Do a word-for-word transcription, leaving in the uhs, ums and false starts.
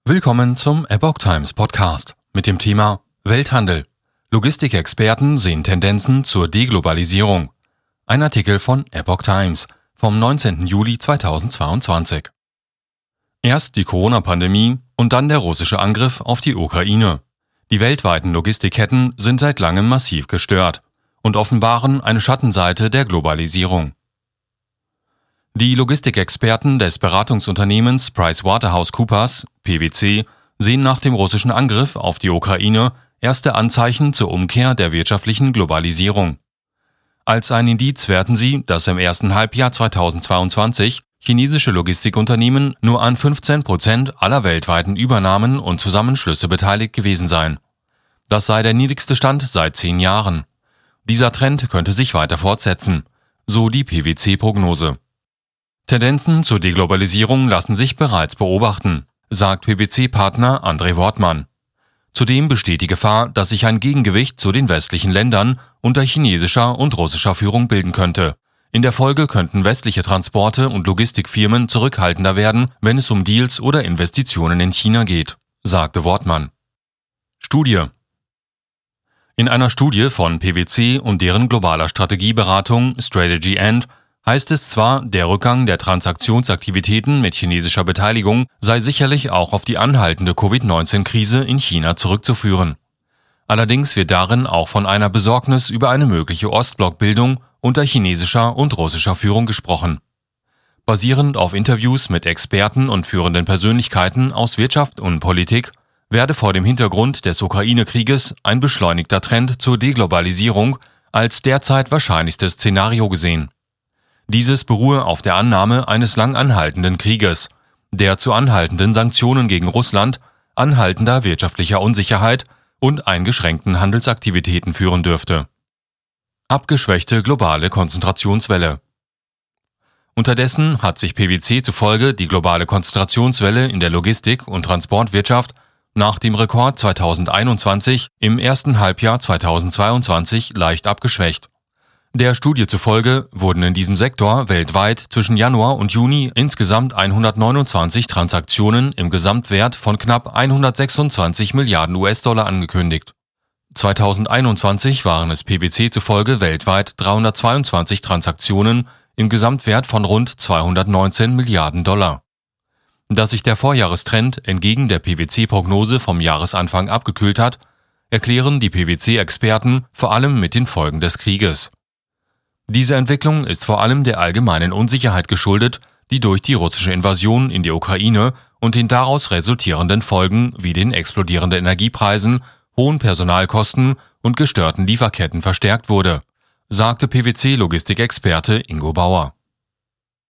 Willkommen zum Epoch Times Podcast mit dem Thema Welthandel. Logistikexperten sehen Tendenzen zur Deglobalisierung. Ein Artikel von Epoch Times vom neunzehnten Juli zweitausendzweiundzwanzig. Erst die Corona-Pandemie und dann der russische Angriff auf die Ukraine. Die weltweiten Logistikketten sind seit langem massiv gestört und offenbaren eine Schattenseite der Globalisierung. Die Logistikexperten des Beratungsunternehmens PricewaterhouseCoopers, P W C, sehen nach dem russischen Angriff auf die Ukraine erste Anzeichen zur Umkehr der wirtschaftlichen Globalisierung. Als ein Indiz werten sie, dass im ersten Halbjahr zweitausendzweiundzwanzig chinesische Logistikunternehmen nur an fünfzehn Prozent aller weltweiten Übernahmen und Zusammenschlüsse beteiligt gewesen seien. Das sei der niedrigste Stand seit zehn Jahren. Dieser Trend könnte sich weiter fortsetzen, so die P W C-Prognose. Tendenzen zur Deglobalisierung lassen sich bereits beobachten, sagt P W C-Partner André Wortmann. Zudem besteht die Gefahr, dass sich ein Gegengewicht zu den westlichen Ländern unter chinesischer und russischer Führung bilden könnte. In der Folge könnten westliche Transporte und Logistikfirmen zurückhaltender werden, wenn es um Deals oder Investitionen in China geht, sagte Wortmann. Studie. In einer Studie von P W C und deren globaler Strategieberatung Strategy End heißt es zwar, der Rückgang der Transaktionsaktivitäten mit chinesischer Beteiligung sei sicherlich auch auf die anhaltende Covid neunzehn Krise in China zurückzuführen. Allerdings wird darin auch von einer Besorgnis über eine mögliche Ostblockbildung unter chinesischer und russischer Führung gesprochen. Basierend auf Interviews mit Experten und führenden Persönlichkeiten aus Wirtschaft und Politik werde vor dem Hintergrund des Ukraine-Krieges ein beschleunigter Trend zur Deglobalisierung als derzeit wahrscheinlichstes Szenario gesehen. Dieses beruhe auf der Annahme eines lang anhaltenden Krieges, der zu anhaltenden Sanktionen gegen Russland, anhaltender wirtschaftlicher Unsicherheit und eingeschränkten Handelsaktivitäten führen dürfte. Abgeschwächte globale Konzentrationswelle. Unterdessen hat sich P W C zufolge die globale Konzentrationswelle in der Logistik- und Transportwirtschaft nach dem Rekord zweitausendeinundzwanzig im ersten Halbjahr zweitausendzweiundzwanzig leicht abgeschwächt. Der Studie zufolge wurden in diesem Sektor weltweit zwischen Januar und Juni insgesamt hundertneunundzwanzig Transaktionen im Gesamtwert von knapp hundertsechsundzwanzig Milliarden U S-Dollar angekündigt. zweitausendeinundzwanzig waren es P W C zufolge weltweit dreihundertzweiundzwanzig Transaktionen im Gesamtwert von rund zweihundertneunzehn Milliarden Dollar. Dass sich der Vorjahrestrend entgegen der P W C-Prognose vom Jahresanfang abgekühlt hat, erklären die P W C-Experten vor allem mit den Folgen des Krieges. Diese Entwicklung ist vor allem der allgemeinen Unsicherheit geschuldet, die durch die russische Invasion in die Ukraine und den daraus resultierenden Folgen wie den explodierenden Energiepreisen, hohen Personalkosten und gestörten Lieferketten verstärkt wurde, sagte P W C-Logistikexperte Ingo Bauer.